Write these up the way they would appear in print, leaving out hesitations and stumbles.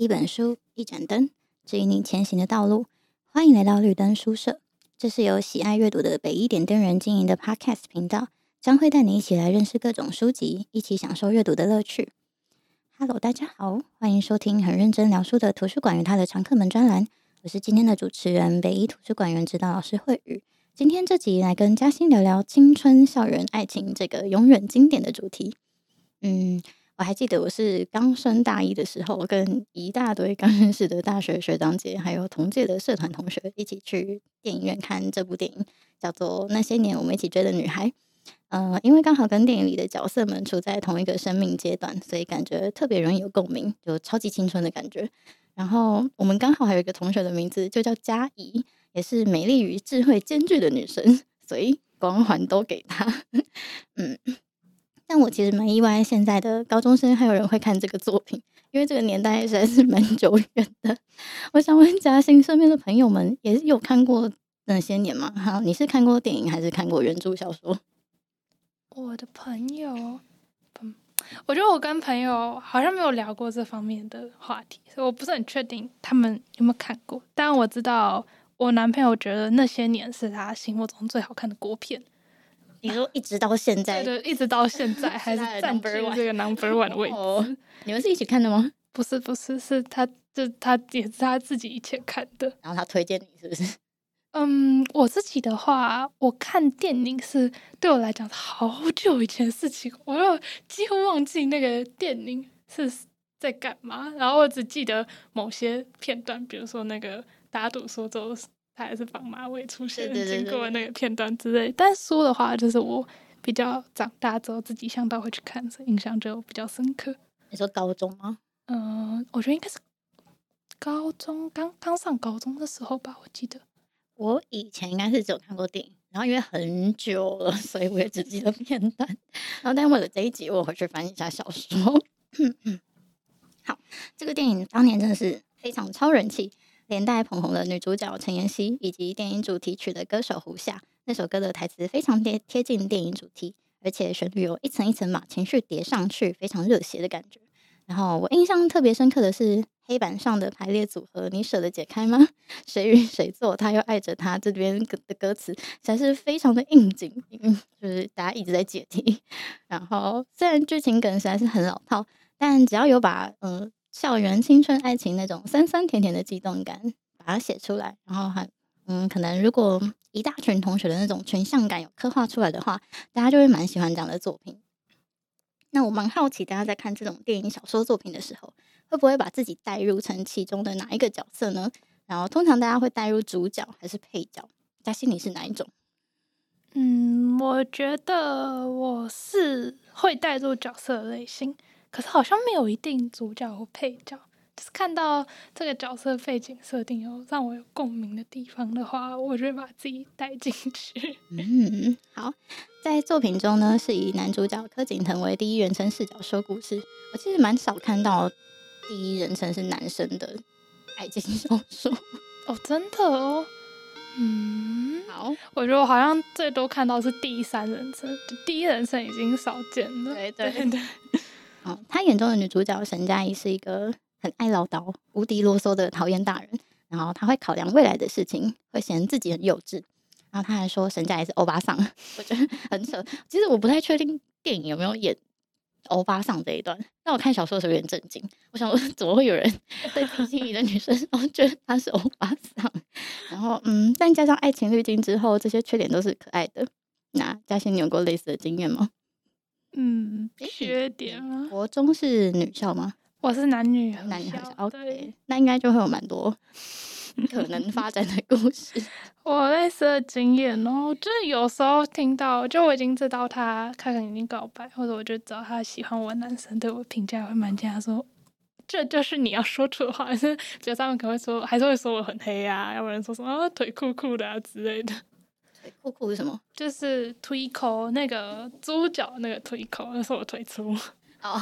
一本书，一盏灯，指引你前行的道路。欢迎来到绿灯书社，这是由喜爱阅读的北一点灯人经营的 Podcast 频道，将会带你一起来认识各种书籍，一起享受阅读的乐趣。Hello， 大家好，欢迎收听很认真聊书的图书馆与它的常客们专栏。我是今天的主持人，北一图书馆员指导老师慧宇。今天这集来跟嘉欣聊聊青春校园爱情这个永远经典的主题。我还记得我是刚升大一的时候，跟一大堆刚认识的大学学长姐，还有同届的社团同学一起去电影院看这部电影，叫做《那些年我们一起追的女孩》。因为刚好跟电影里的角色们处在同一个生命阶段，所以感觉特别容易有共鸣，就超级青春的感觉。然后我们刚好还有一个同学的名字就叫佳怡，也是美丽与智慧兼具的女生，所以光环都给她。但我其实蛮意外，现在的高中生还有人会看这个作品，因为这个年代实在是蛮久远的。我想问嘉欣身边的朋友们，也有看过那些年吗？好，你是看过电影还是看过原著小说？ 我的朋友，我觉得我跟朋友好像没有聊过这方面的话题，所以我不是很确定他们有没有看过。但我知道我男朋友觉得那些年是他心目中最好看的国片。 你说一直到现在？ 对，一直到现在还是占据这个 number one 的位置。 你们是一起看的吗？ 不是，是他也是他自己以前看的。 然后他推荐你是不是？ 我自己的话，我看电影是对我来讲好久以前的事情，我就几乎忘记那个电影是在干嘛，然后我只记得某些片段，比如说那个打赌说之后他还是绑马尾出现经过那个片段之类。但书的话，就是我比较长大之后自己想到会去看，所以印象就比较深刻。 你说高中吗？ 我觉得应该是高中刚上高中的时候吧，我记得。 我以前应该是只有看过电影，然后因为很久了，所以我也只记得片段。然后但为了这一集，我回去翻一下小说。好，这个电影当年真的是非常超人气，连带捧红了女主角陈妍希以及电影主题曲的歌手胡夏。那首歌的台词非常贴近电影主题，而且旋律有一层一层把情绪叠上去，非常热血的感觉。然后我印象特别深刻的是黑板上的排列组合，你舍得解开吗？谁与谁做，他又爱着他，这边的歌词实在是非常的应景，就是大家一直在解题。然后虽然剧情梗实在是很老套，但只要有把校园青春爱情那种酸酸甜甜的悸动感把它写出来，然后可能如果一大群同学的那种群像感有刻画出来的话，大家就会蛮喜欢这样的作品。那我蛮好奇，大家在看这种电影、小说作品的时候，会不会把自己带入成其中的哪一个角色呢？然后通常大家会带入主角还是配角？嘉欣你是哪一种？ 我觉得我是会带入角色的类型，可是好像没有一定主角或配角。就是看到这个角色背景设定有让我有共鸣的地方的话，我就会把自己带进去。 好，在作品中呢，是以男主角柯景腾为第一人称视角说故事。我其实蛮少看到第一人称是男生的爱情小说。 哦，真的哦。 好， 我觉得我好像最多看到是第三人称，第一人称已经少见了。对。 他眼中的女主角沈佳宜是一个很爱唠叨、无敌啰嗦的讨厌大人，然后他会考量未来的事情，会嫌自己很幼稚。然后他还说沈佳宜是欧巴桑，我觉得很扯。其实我不太确定电影有没有演欧巴桑这一段，但我看小说的时候有点震惊。我想说，怎么会有人对比基尼的女生，然后觉得她是欧巴桑？然后但加上爱情滤镜之后，这些缺点都是可爱的。那嘉欣，你有过类似的经验吗？ 缺点啊？ 国中是女校吗？ 我是男女校。 OK， 那应该就会有蛮多可能发展的故事。 我类似的经验哦，就是有时候听到，就我已经知道他可能已经告白，或者我就知道他喜欢我的男生对我评价会蛮惊讶，说这就是你要说出的话，还是觉得他们可能会说，还是会说我很黑啊，要不然说什么腿酷酷的啊之类的。 腿酷酷是什么？ 就是腿口那个猪脚那个腿口，那是我腿粗。 好，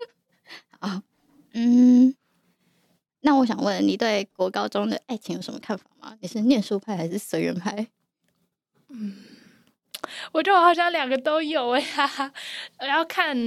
那我想问你对国高中的爱情有什么看法吗？你是念书派还是随缘派？ 我觉得我好像两个都有哈哈。要看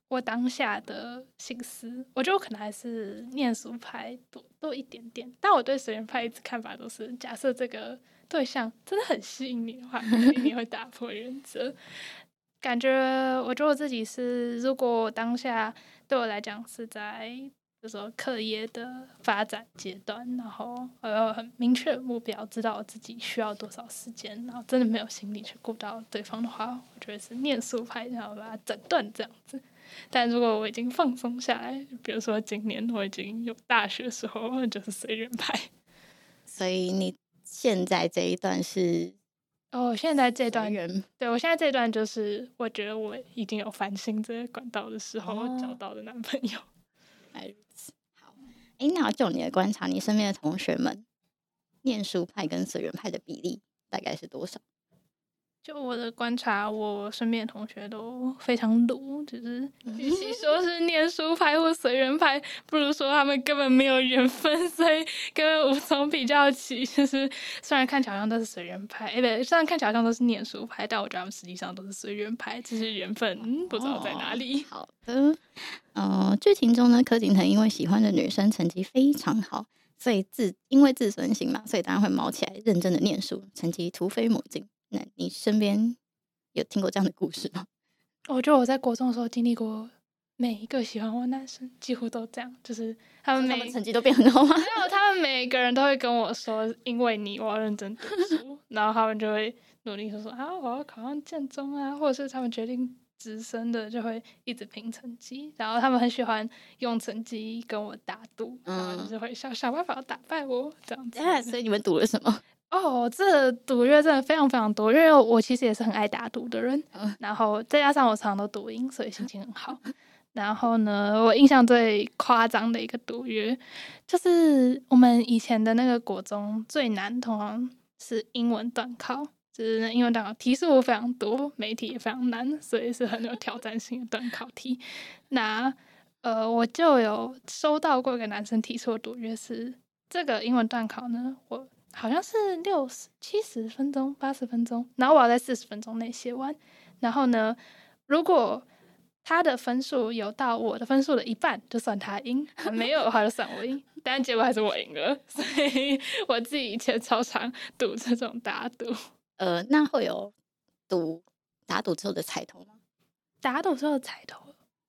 我当下的心思，我觉得我可能还是念书派多一点点，但我对随缘派一直看法都是，假设这个对象真的很吸引你的话，肯定你会打破原则。感觉我觉得我自己是，如果当下对我来讲是在比如说课业的发展阶段，然后我有很明确的目标，知道我自己需要多少时间，然后真的没有心力去顾到对方的话，我觉得是念书派，然后把它整段这样子。但如果我已经放松下来，比如说今年我已经有大学的时候，就是随缘派。 所以你现在这一段是现在这段随缘， 对，我现在这段就是我觉得我已经有翻新这个管道的时候找到的男朋友。 原来如此。好，那就你的观察，你身边的同学们，念书派跟随缘派的比例大概是多少？ 就我的观察，我身边的同学都非常鲁，就是与其说是念书派或随缘派，不如说他们根本没有缘分，所以根本无从比较起。就是虽然看起来好像都是随缘派，不，虽然看起来好像都是念书派，但我觉得他们实际上都是随缘派，只是缘分不知道在哪里。 好的，剧情中呢，柯景腾因为喜欢的女生成绩非常好，所以因为自尊心嘛，所以当然会毛起来，认真的念书，成绩突飞猛进。那你身边有听过这样的故事吗？ 我觉得我在国中的时候经历过，每一个喜欢我的男生几乎都这样，就是他们成绩都变很好吗？ 没有，他们每个人都会跟我说，因为你我要认真读书，然后他们就会努力说啊，我要考上建中啊，或者是他们决定直升的就会一直拼成绩，然后他们很喜欢用成绩跟我打赌，然后就是会想办法打败我这样子。 所以你们赌了什么？ 这赌约真的非常非常多，因为我其实也是很爱打赌的人，然后再加上我常常都赌赢，所以心情很好。然后呢，我印象最夸张的一个赌约，就是我们以前的那个国中最难，通常是英文段考，就是英文段考题数非常多，每一题也非常难，所以是很有挑战性的段考题。那我就有收到过一个男生提出的赌约是，这个英文段考呢，我好像是70分钟、80分钟，然后我要在40分钟内写完。然后呢，如果他的分数有到我的分数的一半，就算他赢；没有的话，就算我赢。但结果还是我赢了，所以我自己以前超常赌这种打赌。 那会有打赌之后的彩头吗？ 打赌之后的彩头，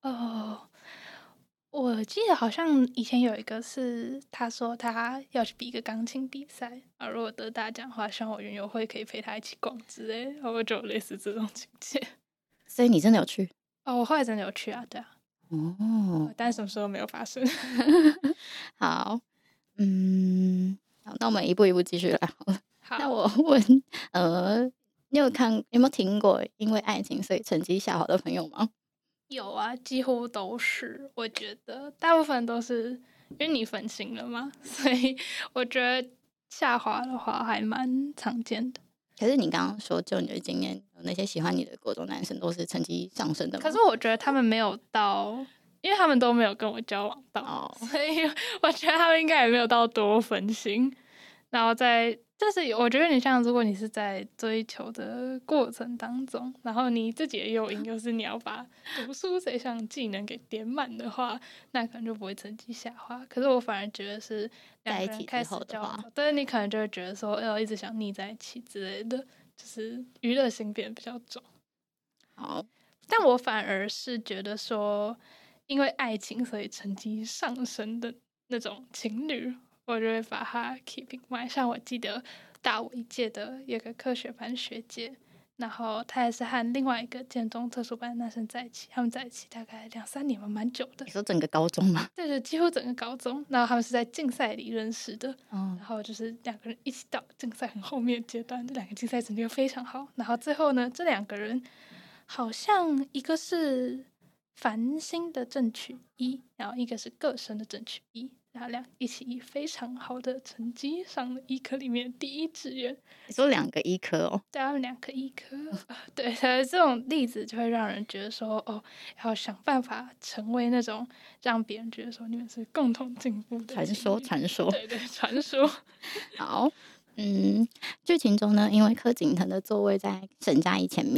我记得好像以前有一个是他说他要去比一个钢琴比赛，如果得大奖的话，希望我园游会可以陪他一起逛之类，然后就类似这种情节。 所以你真的有去？ 我后来真的有去啊，对啊。但什么时候没有发生？ 好，好，那我们一步一步继续来好了。 好， 那我问，你有没有听过因为爱情所以成绩下滑的朋友吗？ 有啊，几乎都是。我觉得大部分都是因为你分心了嘛，所以我觉得下滑的话还蛮常见的。 可是你刚刚说，就你的经验，那些喜欢你的国中男生都是成绩上升的吗？ 可是我觉得他们没有到，因为他们都没有跟我交往到，所以我觉得他们应该也没有到多分心。然后就是我觉得你像，如果你是在追求的过程当中，然后你自己的诱因又是你要把读书这项技能给点满的话，那可能就不会成绩下滑。可是我反而觉得是两个人开始交往，对，你可能就会觉得说，一直想腻在一起之类的，就是娱乐性变比较重。 好， 但我反而是觉得说，因为爱情所以成绩上升的那种情侣，我就会把它 keep in mind。像我记得大我一届的有个科学班学姐，然后她也是和另外一个建中特殊班的男生在一起，他们在一起大概2-3年吧，蛮久的。 你说整个高中吗？ 对，几乎整个高中。然后他们是在竞赛里认识的，然后就是两个人一起到竞赛很后面阶段，这两个竞赛成绩非常好。然后最后呢，这两个人好像一个是繁星的正取1，然后一个是各生的正取1，然后一起以非常好的成绩上了医科里面第1志愿。 你说2个医科哦？ 对，他们2个医科。对，这种例子就会让人觉得说，要想办法成为那种让别人觉得说你们是共同进步的传说。 对，传说。 好，剧情中呢，因为柯景腾的座位在沈佳宜前面，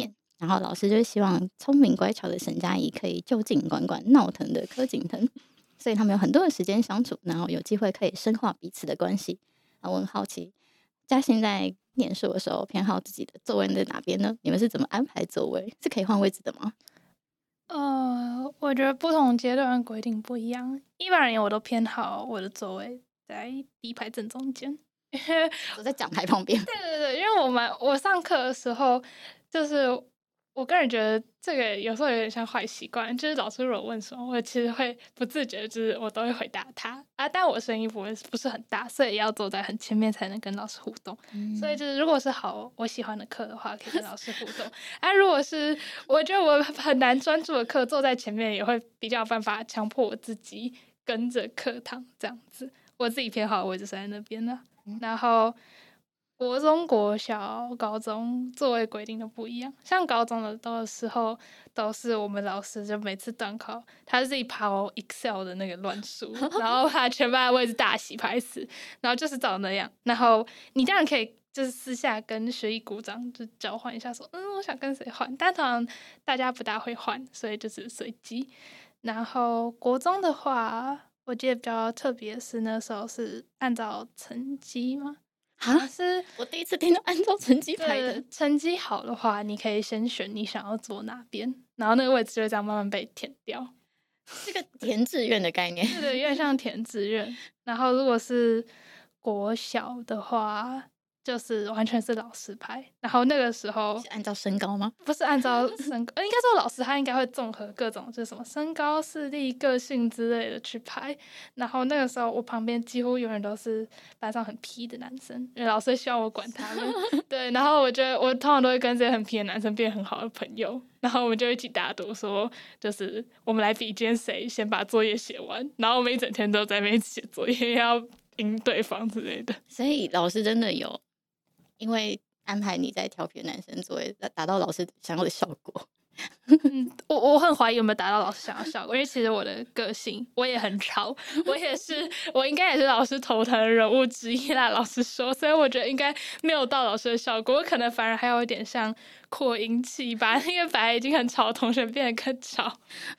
然后老师就希望聪明乖巧的沈佳宜可以就近管管闹腾的柯景腾，所以他们有很多的时间相处，然后有机会可以深化彼此的关系。我很好奇，嘉欣在念书的时候偏好自己的座位在哪边呢？你们是怎么安排座位？是可以换位置的吗？ 我觉得不同阶段规定不一样。一般而言，我都偏好我的座位在第一排正中间，因为我在讲台旁边。 对对对，因为我上课的时候，就是我个人觉得这个有时候有点像坏习惯，就是老师如果问什么，我其实会不自觉，就是我都会回答他啊，但我声音不是很大，所以要坐在很前面才能跟老师互动。所以就是如果是我喜欢的课的话，可以跟老师互动。如果是我觉得我很难专注的课，坐在前面也会比较有办法强迫我自己跟着课堂这样子。我自己偏好的位置是在那边的，然后国中、国小、高中座位规定都不一样。像高中的时候，都是我们老师就每次段考，他自己跑 Excel 的那个乱数，然后他全班的位置大洗牌死，然后就是找那样。然后你当然可以就是私下跟学艺鼓掌，就交换一下说，我想跟谁换，但通常大家不大会换，所以就是随机。然后国中的话，我记得比较特别的是那时候是按照成绩吗？是我第一次听到按照成绩排的。 成绩好的话，你可以先选你想要坐哪边，然后那个位置就会这样慢慢被填掉。 这个填志愿的概念。 对对，有点像填志愿。然后如果是国小的话，就是完全是老师排，然后那个时候是按照身高吗？ 不是按照身高，应该说老师他应该会综合各种就是什么身高、视力、个性之类的去排。然后那个时候我旁边几乎永远都是班上很皮的男生，因为老师希望我管他们。对，然后我觉得我通常都会跟这些很皮的男生变很好的朋友，然后我们就一起打赌说，就是我们来比今天谁先把作业写完，然后我们一整天都在那边写作业，要赢对方之类的。 所以老师真的有因为安排你在调皮的男生座位，达到老师想要的效果。 我很怀疑有没有达到老师想要的效果，因为其实我的个性我也很吵，我应该也是老师头疼的人物之一啦。老实说，所以我觉得应该没有到老师的效果，我可能反而还有一点像扩音器，把那个本来已经很吵的同学变得更吵。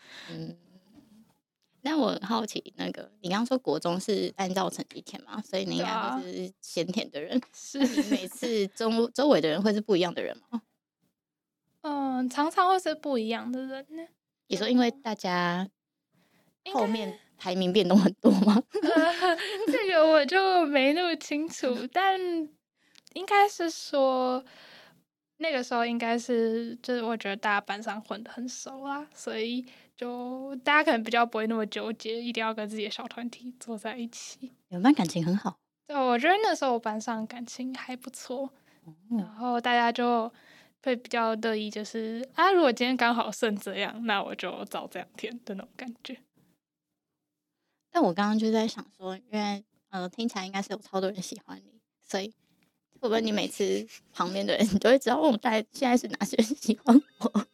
那我很好奇，那个你刚刚说国中是按照成绩填嘛，所以你应该会是先填的人。 是你每次周围的人会是不一样的人吗？ 常常会是不一样的人呢。 你说因为大家后面排名变动很多吗？ 这个我就没那么清楚，但应该是说那个时候应该是就是我觉得大家班上混得很熟啦，所以就大家可能比较不会那么纠结，一定要跟自己的小团体坐在一起。 你们班感情很好。 对，我觉得那时候我班上感情还不错，然后大家就会比较乐意，就是如果今天刚好剩这样，那我就照这样填的那种感觉。 但我刚刚就在想说，因为听起来应该是有超多人喜欢你，所以会不会你每次旁边的人，你就会知道大概现在是哪些人喜欢我？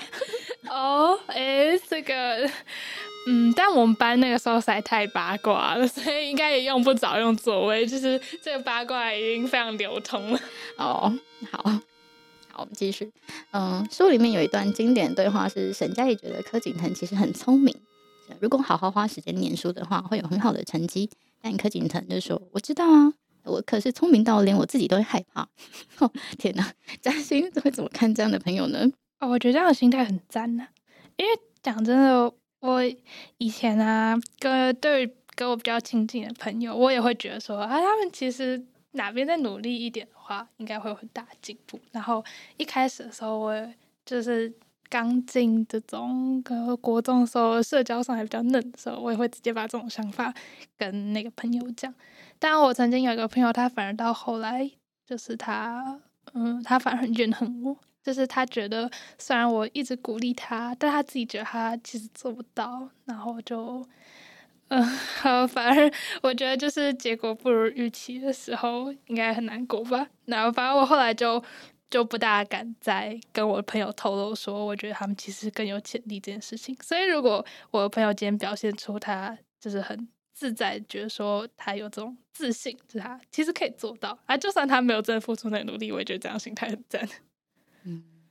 这个，但我们班那个时候实在太八卦了，所以应该也用不着用座位，就是这个八卦已经非常流通了。 好，我们继续。书里面有一段经典对话是沈佳宜觉得柯景腾其实很聪明，如果好好花时间念书的话，会有很好的成绩。但柯景腾就说：“我知道啊，我可是聪明到连我自己都会害怕。”天哪，嘉欣会怎么看这样的朋友呢？ 我觉得这样的心态很赞呢，因为讲真的，我以前跟我比较亲近的朋友，我也会觉得说他们其实哪边再努力一点的话，应该会有很大的进步。然后一开始的时候，我就是刚进这种国中的时候，社交上还比较嫩的时候，我也会直接把这种想法跟那个朋友讲。但我曾经有一个朋友，他反而到后来，就是他反而很怨恨我。就是他觉得，虽然我一直鼓励他，但他自己觉得他其实做不到，然后就，反而我觉得就是结果不如预期的时候，应该很难过吧。然后反正我后来就不大敢再跟我的朋友透露说，我觉得他们其实更有潜力这件事情。所以如果我的朋友今天表现出他就是很自在，觉得说他有这种自信，就是他其实可以做到就算他没有真的付出那个努力，我也觉得这样心态很赞。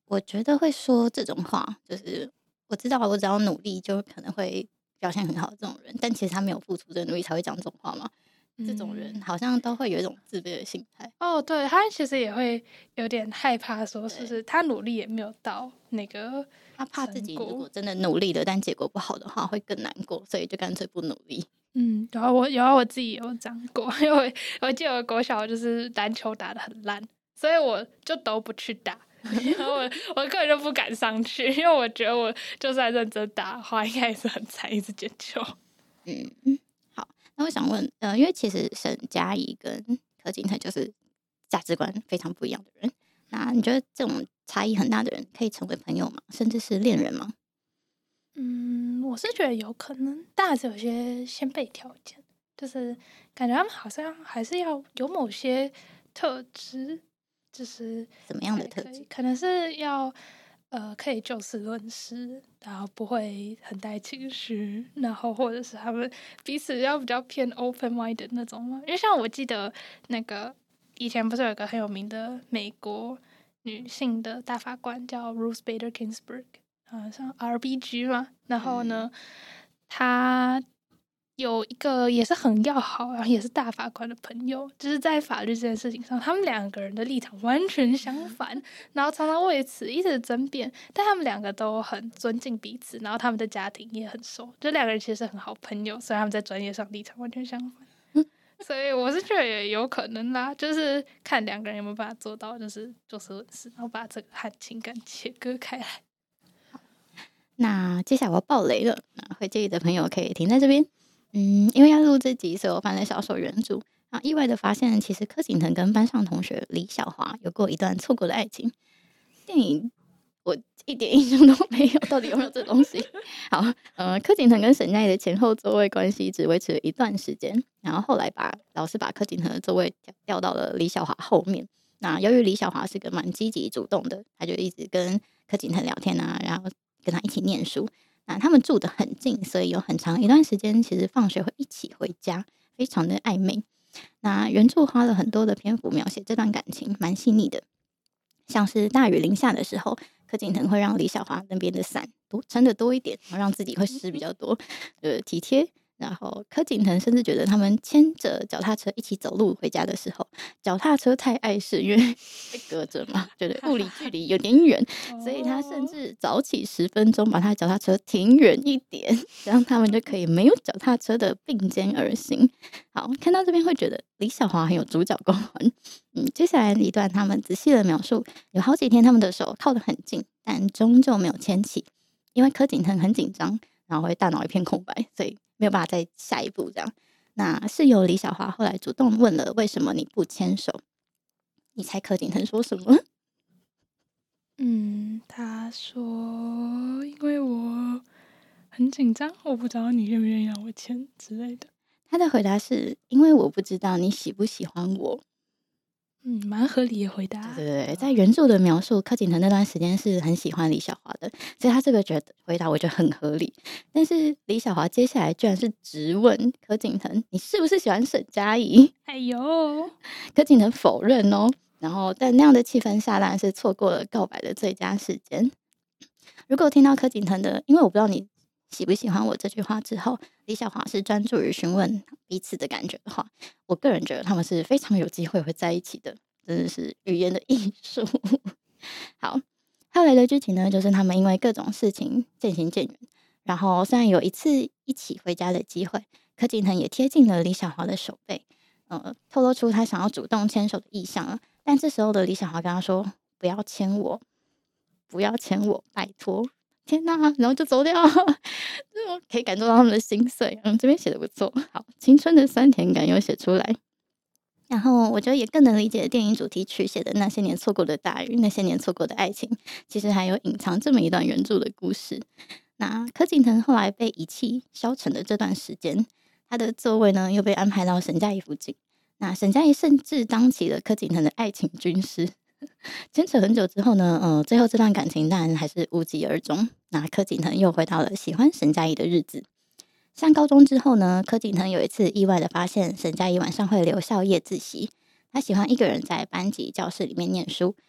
我觉得会说这种话，就是我知道我只要努力就可能会表现很好的这种人，但其实他没有付出这个努力才会讲这种话嘛。这种人好像都会有一种自卑的心态。 哦，对，他其实也会有点害怕，说是不对， 是他努力也没有到那个他怕自成果。 己如果真的努力了，但结果不好的话会更难过，所以就干脆不努力。 然后我自己有讲过，因为我记得我国小就是篮球打得很烂，所以我就都不去打。然后我根本就不敢上去，因为我觉得我就算认真打的话，应该也是很惨，一直捡球。 嗯，好，那我想问，因为其实沈佳宜跟柯景腾就是价值观非常不一样的人，那你觉得这种差异很大的人可以成为朋友吗？甚至是恋人吗？ 我是觉得有可能，但还是有些先备条件，就是感觉他们好像还是要有某些特质，就是什么样的才可以， 特质？ 可能是要可以就事论事，然后不会很带情绪，然后或者是他们彼此要比较偏 open minded 那种嘛。因为像我记得那个以前不是有一个很有名的美国女性的大法官叫 Ruth Bader Ginsburg。像 RBG 嘛，然后呢，他有一个也是很要好，然后也是大法官的朋友，就是在法律这件事情上，他们两个人的立场完全相反，然后常常为此一直争辩，但他们两个都很尊敬彼此，然后他们的家庭也很熟，就两个人其实是很好朋友，虽然他们在专业上立场完全相反。所以我是觉得也有可能啦，就是看两个人有没有办法做到，就是就事论事，然后把这个和情感切割开来。 那接下来我要爆雷了，那会介意的朋友可以停在这边。因为要录这集，所以我翻了小手原著，然后意外的发现，其实柯景腾跟班上同学李小华有过一段错过的爱情。电影我一点印象都没有，到底有没有这东西？好，柯景腾跟沈佳宜的前后座位关系只维持了一段时间，然后后来老师把柯景腾的座位调到了李小华后面。那由于李小华是个蛮积极主动的，他就一直跟柯景腾聊天啊，然后跟他一起念书。那他们住得很近，所以有很长一段时间，其实放学会一起回家，非常的暧昧。那原著花了很多的篇幅描写这段感情，蛮细腻的。像是大雨淋下的时候，柯景腾会让李小华那边的伞撑得多一点，然后让自己会湿比较多，体贴。然后柯景腾甚至觉得他们牵着脚踏车一起走路回家的时候，脚踏车太碍事，因为被隔着嘛，觉得物理距离有点远，所以他甚至早起10分钟把他脚踏车停远一点，这样他们就可以没有脚踏车的并肩而行。好，看到这边会觉得李小华很有主角光环。接下来一段他们仔细的描述，有好几天他们的手靠得很近，但终究没有牵起，因为柯景腾很紧张，然后会大脑一片空白，所以没有办法再下一步这样。那室友李小华后来主动问了为什么你不牵手，你猜柯景腾说什么？ 他说因为我很紧张，我不知道你愿不愿意让我牵之类的。 他的回答是因为我不知道你喜不喜欢我。 蛮合理的回答。 对，在原著的描述，柯景腾那段时间是很喜欢李小华的，所以他这个回答我觉得很合理。但是李小华接下来居然是直问柯景腾：“你是不是喜欢沈佳宜？” 哎呦， 柯景腾否认哦。然后，但那样的气氛下，当然是错过了告白的最佳时间。如果听到柯景腾的“因为我不知道你喜不喜欢我”这句话之后，李小华是专注于询问彼此的感觉的话，我个人觉得他们是非常有机会会在一起的，真的是语言的艺术。好，后来的剧情呢，就是他们因为各种事情渐行渐远，然后虽然有一次一起回家的机会，柯景腾也贴近了李小华的手背，透露出他想要主动牵手的意向了。但这时候的李小华跟他说：“不要牵我，不要牵我，拜托。”天哪！然后就走掉，我可以感受到他们的心碎。这边写的不错，好，青春的酸甜感有写出来。然后我觉得也更能理解电影主题曲写的那些年错过的大雨，那些年错过的爱情，其实还有隐藏这么一段原著的故事。那柯景腾后来被遗弃消沉的这段时间，他的座位呢又被安排到沈佳宜附近。那沈佳宜甚至当起了柯景腾的爱情军师。牵扯很久之后呢，最后这段感情当然还是无疾而终。那柯景腾又回到了喜欢沈佳宜的日子。上高中之后呢，柯景腾有一次意外的发现沈佳宜晚上会留校夜自习，他喜欢一个人在班级教室里面念书。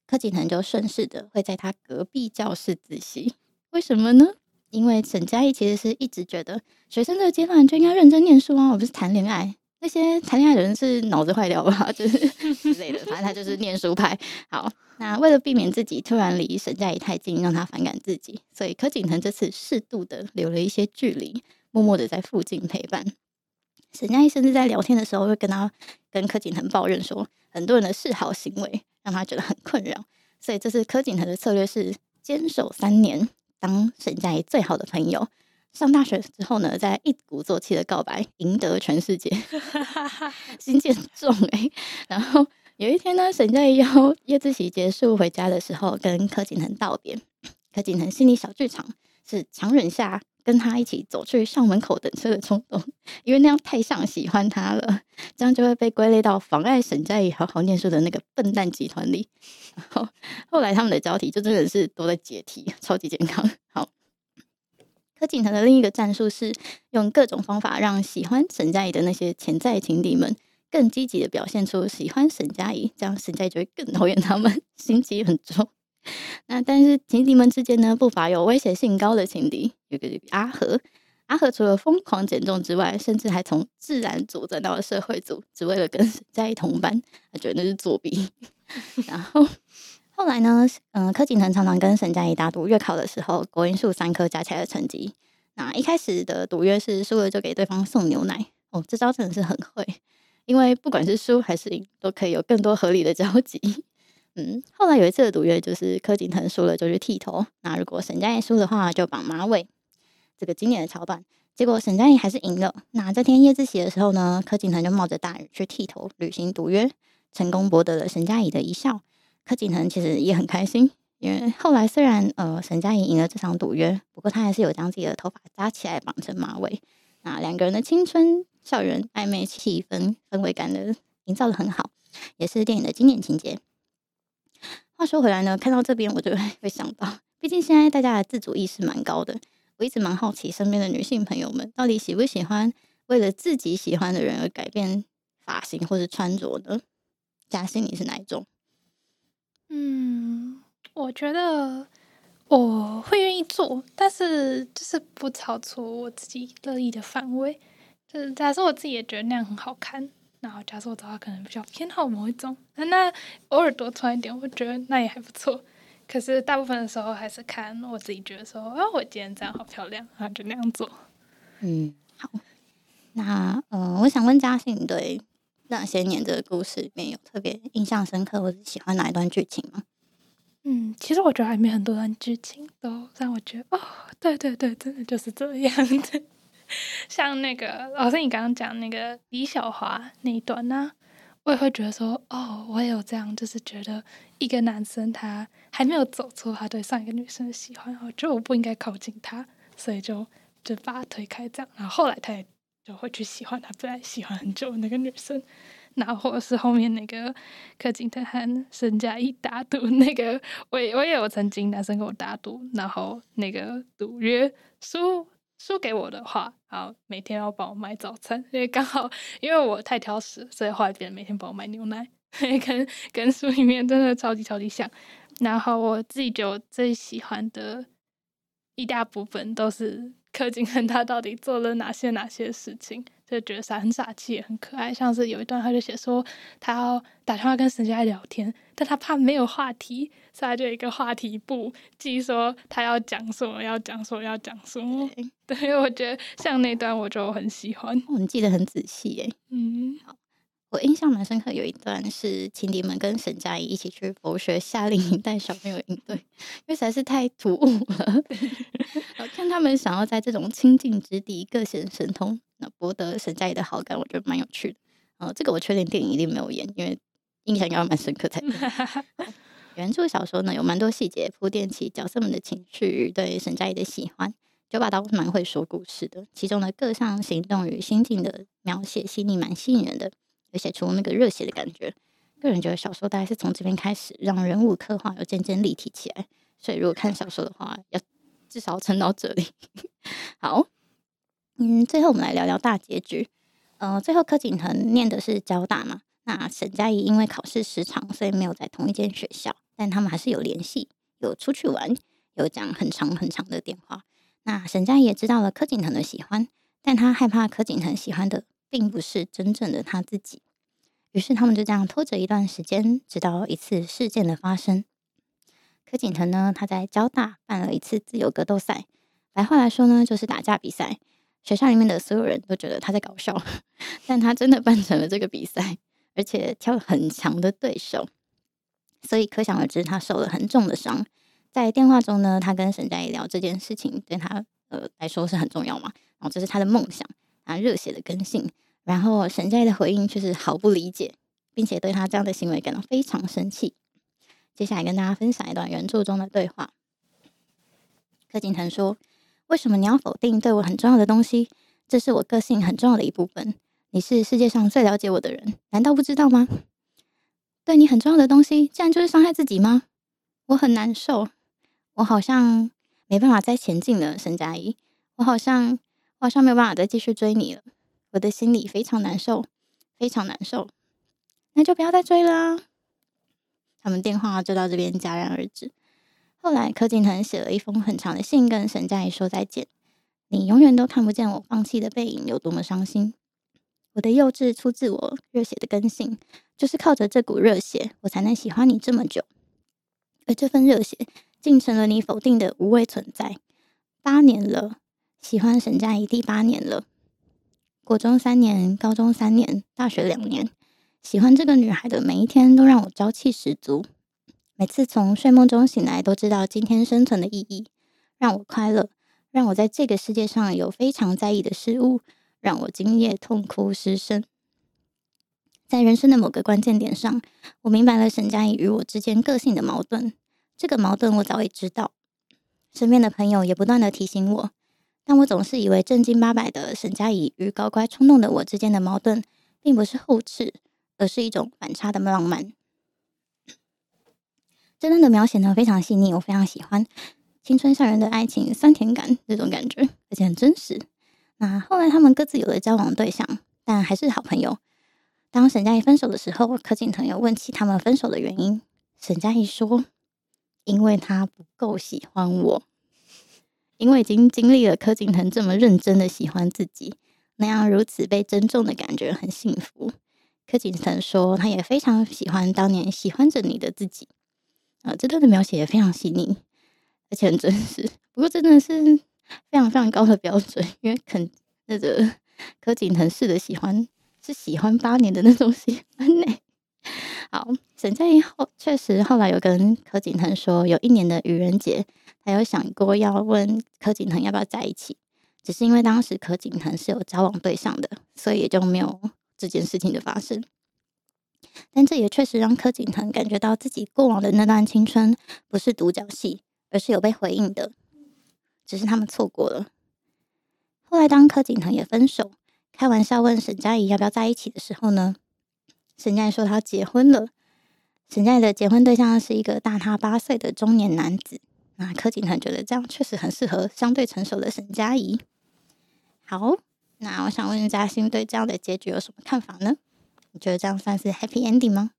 柯景腾就顺势的会在他隔壁教室自习。为什么呢？因为沈佳宜其实是一直觉得学生这个阶段就应该认真念书啊，而不是谈恋爱。那些谈恋爱的人是脑子坏掉吧，就是之类的，反正他就是念书派。好，那为了避免自己突然离沈佳宜太近，让他反感自己，所以柯景腾这次适度的留了一些距离，默默的在附近陪伴。沈佳宜甚至在聊天的时候会跟柯景腾抱怨说，很多人的示好行为让他觉得很困扰。所以这次柯景腾的策略是坚守3年，当沈佳宜最好的朋友。上大学之后呢，再一鼓作气的告白，赢得全世界，心机很重然后有一天呢，沈佳宜要夜自习结束回家的时候，跟柯景腾道别。柯景腾心里小剧场是强忍下跟他一起走去校门口等车的冲动，因为那样太像喜欢他了，这样就会被归类到妨碍沈佳宜好好念书的那个笨蛋集团里。然后后来他们的交题就真的是都在解题，超级健康。好，柯景腾的另一个战术是用各种方法让喜欢沈佳宜的那些潜在情敌们更积极的表现出喜欢沈佳宜，这样沈佳宜就会更讨厌他们，心机很重。那但是情敌们之间呢，不乏有威胁性高的情敌，有个阿和。阿和除了疯狂减重之外，甚至还从自然组转到了社会组，只为了跟沈佳宜同班，他觉得那是作弊。然后后来呢，柯景腾常常跟沈佳宜打赌月考的时候，国英数3科加起来的成绩。那一开始的赌约是输了就给对方送牛奶哦，这招真的是很会，因为不管是输还是赢，都可以有更多合理的交集。后来有一次的赌约就是柯景腾输了就去剃头，那如果沈佳宜输的话就绑马尾，这个经典的桥段。结果沈佳宜还是赢了。那这天夜自习的时候呢，柯景腾就冒着大雨去剃头，履行赌约，成功博得了沈佳宜的一笑。柯景腾其实也很开心，因为后来虽然沈佳宜赢了这场赌约，不过他还是有将自己的头发扎起来绑成马尾。那两个人的青春校园暧昧气氛氛围感的营造的很好，也是电影的经典情节。话说回来呢，看到这边我就会想到，毕竟现在大家的自主意识蛮高的，我一直蛮好奇身边的女性朋友们到底喜不喜欢为了自己喜欢的人而改变发型或是穿着呢？嘉欣你是哪一种？ 我觉得我会愿意做，但是就是不超出我自己乐意的范围。就是假设我自己也觉得那样很好看，然后假设我的话可能比较偏好某一种，那偶尔多穿一点，我觉得那也还不错。可是大部分的时候还是看我自己觉得说，我今天这样好漂亮，然后就那样做。 好。那我想问嘉欣，你对那些年的故事里面有特别印象深刻或者喜欢哪一段剧情吗？ 其实我觉得还没很多段剧情都让我觉得对对对，真的就是这样的。像那个老师你刚刚讲那个李小华那一段啊，我也会觉得说我也有这样，就是觉得一个男生他还没有走出他对上一个女生的喜欢，我觉得我不应该靠近他，所以就把他推开这样，然后后来他也就会去喜欢他本来喜欢很久的那个女生。然后或者是后面那个柯景腾和沈佳宜打赌，那个我也有曾经男生跟我打赌，然后那个赌约输给我的话，好每天要帮我买早餐，因为刚好因为我太挑食，所以后来别人每天帮我买牛奶，跟书里面真的超级超级像。然后我自己觉得我最喜欢的一大部分都是柯景腾他到底做了哪些事情，就觉得很傻气也很可爱。像是有一段他就写说他要打电话跟沈佳宜聊天，但他怕没有话题，所以他就有一个话题簿记说他要讲什么要讲什么。对，我觉得像那段我就很喜欢。 你记得很仔细耶。好，我印象蛮深刻，有一段是情敌们跟沈佳宜一起去佛学夏令营带小朋友应对，因为实在是太突兀了。看他们想要在这种清静之地各显神通，那博得沈佳宜的好感，我觉得蛮有趣的。这个我确定电影一定没有演，因为印象应该蛮深刻才对。原著小说呢有蛮多细节铺垫起角色们的情绪与对沈佳宜的喜欢。九把刀蛮会说故事的，其中的各项行动与心境的描写细腻，蛮吸引人的，有写出那个热血的感觉。个人觉得小说大概是从这边开始，让人物刻画有渐渐立体起来。所以如果看小说的话，要至少撑到这里。好，最后我们来聊聊大结局。最后柯景腾念的是交大嘛，那沈佳宜因为考试时长，所以没有在同一间学校。 但他们还是有联系，有出去玩，有讲很长很长的电话。那沈佳宜也知道了柯景腾的喜欢，但他害怕柯景腾喜欢的并不是真正的他自己。于是他们就这样拖着一段时间，直到一次事件的发生。柯景腾呢，他在交大办了一次自由格斗赛，白话来说呢，就是打架比赛。学校里面的所有人都觉得他在搞笑，但他真的办成了这个比赛，而且挑了很强的对手，所以可想而知，他受了很重的伤。在电话中呢，他跟沈佳宜聊这件事情，对他来说是很重要嘛，然后这是他的梦想，他热血的根性。然后沈佳宜的回应却是毫不理解，并且对他这样的行为感到非常生气。接下来跟大家分享一段原著中的对话。柯景腾说：“为什么你要否定对我很重要的东西？这是我个性很重要的一部分。你是世界上最了解我的人，难道不知道吗？对你很重要的东西，竟然就是伤害自己吗？我很难受，我好像没办法再前进了，沈佳宜，我好像没有办法再继续追你了。我的心里非常难受，非常难受。那就不要再追了啊。”他们电话就到这边戛然而止。后来柯景腾写了一封很长的信跟沈佳宜说再见。你永远都看不见我放弃的背影有多么伤心。我的幼稚出自我热血的根性，就是靠着这股热血，我才能喜欢你这么久。而这份热血竟成了你否定的无谓存在。8年了，喜欢沈佳宜第8年了。国中3年，高中3年，大学2年。喜欢这个女孩的每一天都让我朝气十足，每次从睡梦中醒来都知道今天生存的意义，让我快乐，让我在这个世界上有非常在意的事物，让我今夜痛哭失声。在人生的某个关键点上，我明白了沈佳宜与我之间个性的矛盾。这个矛盾我早已知道，身边的朋友也不断的提醒我，但我总是以为正经八百的沈佳宜与高乖冲动的我之间的矛盾，并不是后斥，而是一种反差的浪漫。这段的描写呢非常细腻，我非常喜欢青春校园的爱情酸甜感这种感觉，而且很真实。那后来他们各自有了交往对象，但还是好朋友。当沈佳宜分手的时候，柯景腾有问起他们分手的原因，沈佳宜说：“因为他不够喜欢我。”因为已经经历了柯景腾这么认真的喜欢自己，那样如此被珍重的感觉很幸福。柯景腾说，他也非常喜欢当年喜欢着你的自己。这段的描写也非常细腻，而且很真实。不过真的是非常非常高的标准，因为那个柯景腾式的喜欢是喜欢8年的那种喜欢呢。好，沈佳宜确实后来有跟柯景腾说，有1年的愚人节，他有想过要问柯景腾要不要在一起，只是因为当时柯景腾是有交往对象的，所以也就没有这件事情的发生。但这也确实让柯景腾感觉到自己过往的那段青春不是独角戏，而是有被回应的，只是他们错过了。后来当柯景腾也分手，开玩笑问沈佳宜要不要在一起的时候呢，沈佳宜说他结婚了。沈佳宜的结婚对象是一个大他8岁的中年男子。那柯景腾觉得这样确实很适合相对成熟的沈佳宜。好，那我想问嘉欣对这样的结局有什么看法呢？你觉得这样算是 happy ending 吗？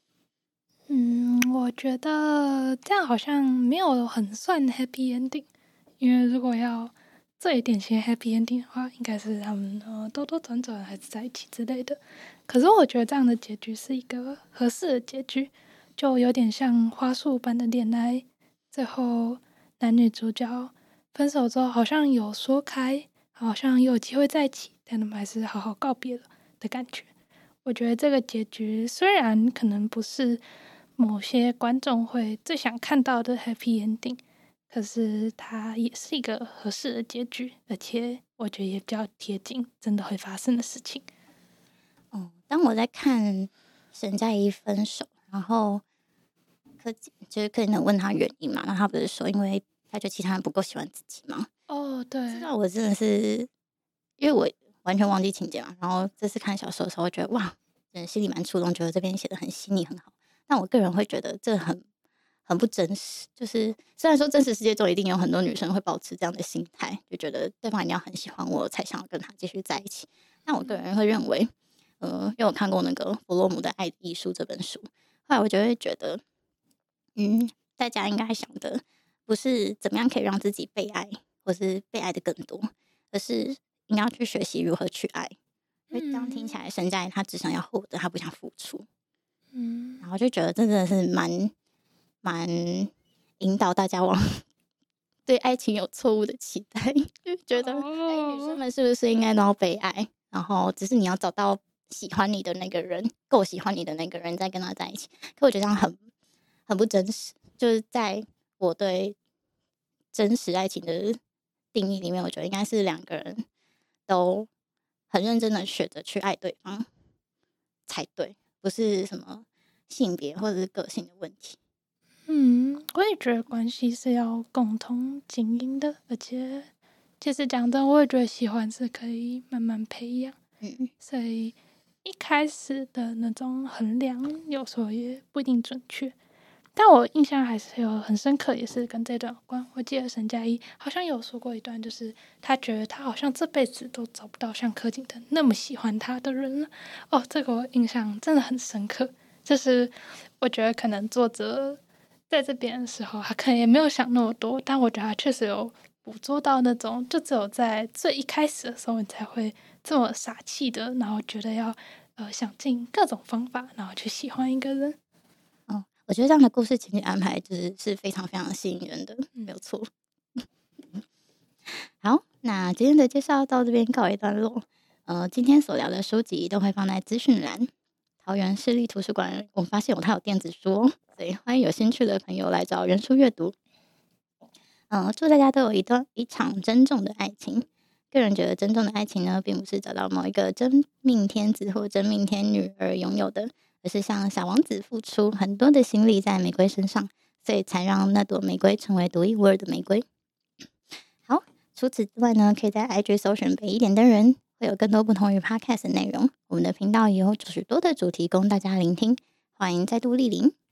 我觉得这样好像没有很算 happy ending，因为如果要最典型 happy ending 的话，应该是他们兜兜转转还是在一起之类的。可是我觉得这样的结局是一个合适的结局，就有点像花束般的恋爱，最后男女主角分手之后好像有说开，好像有机会在一起，但他们还是好好告别了的感觉。我觉得这个结局虽然可能不是某些观众会最想看到的 happy ending， 可是它也是一个合适的结局，而且我觉得也比较贴近真的会发生的事情。 当我在看沈佳宜分手，然后柯景腾问他原因嘛，那他不是说因为他觉得其他人不够喜欢自己吗？ 对， 知道我真的是因为我完全忘记情节嘛，然后这次看小说的时候，觉得哇，心里蛮触动，觉得这边写的很细腻很好。但我个人会觉得这很不真实，就是虽然说真实世界中一定有很多女生会保持这样的心态，就觉得对方一定要很喜欢我才想要跟他继续在一起。但我个人会认为，因为我看过那个弗洛姆的《爱的艺术》这本书，后来我就会觉得， 大家应该想的不是怎么样可以让自己被爱，或是被爱的更多，而是应该要去学习如何去爱。因为这样听起来，神家他只想要获得，他不想付出。然后就觉得这真的是蛮引导大家往对爱情有错误的期待，就觉得女生们是不是应该都要被爱？然后只是你要找到喜欢你的那个人，够喜欢你的那个人，再跟他在一起。可我觉得这样很不真实。就是在我对真实爱情的定义里面，我觉得应该是两个人都很认真的学着去爱对方才对，不是什么性别或者是个性的问题。 我也觉得关系是要共同经营的，而且其实讲真，我也觉得喜欢是可以慢慢培养。所以一开始的那种衡量，有时候也不一定准确。但我印象还是有很深刻，也是跟这段有关。我记得沈佳宜好像有说过一段，就是他觉得他好像这辈子都找不到像柯景腾那么喜欢他的人了。这个我印象真的很深刻。就是我觉得可能作者在这边的时候，他可能也没有想那么多，但我觉得他确实有捕捉到那种，就只有在最一开始的时候，你才会这么傻气的，然后觉得要想尽各种方法，然后去喜欢一个人。 我觉得这样的故事情节安排是非常非常吸引人的，没有错。好，那今天的介绍到这边告一段落。今天所聊的书籍都会放在资讯栏。桃园市立图书馆，我发现它有电子书，所以欢迎有兴趣的朋友来找原书阅读。祝大家都有一场珍重的爱情。个人觉得珍重的爱情呢，并不是找到某一个真命天子或真命天女而拥有的，而是像小王子付出很多的心力在玫瑰身上，所以才让那朵玫瑰成为独一无二的玫瑰。好，除此之外呢，可以在 IG 搜寻北一点的人，会有更多不同于 Podcast 的内容。我们的频道也有许多的主题供大家聆听，欢迎再度莅临。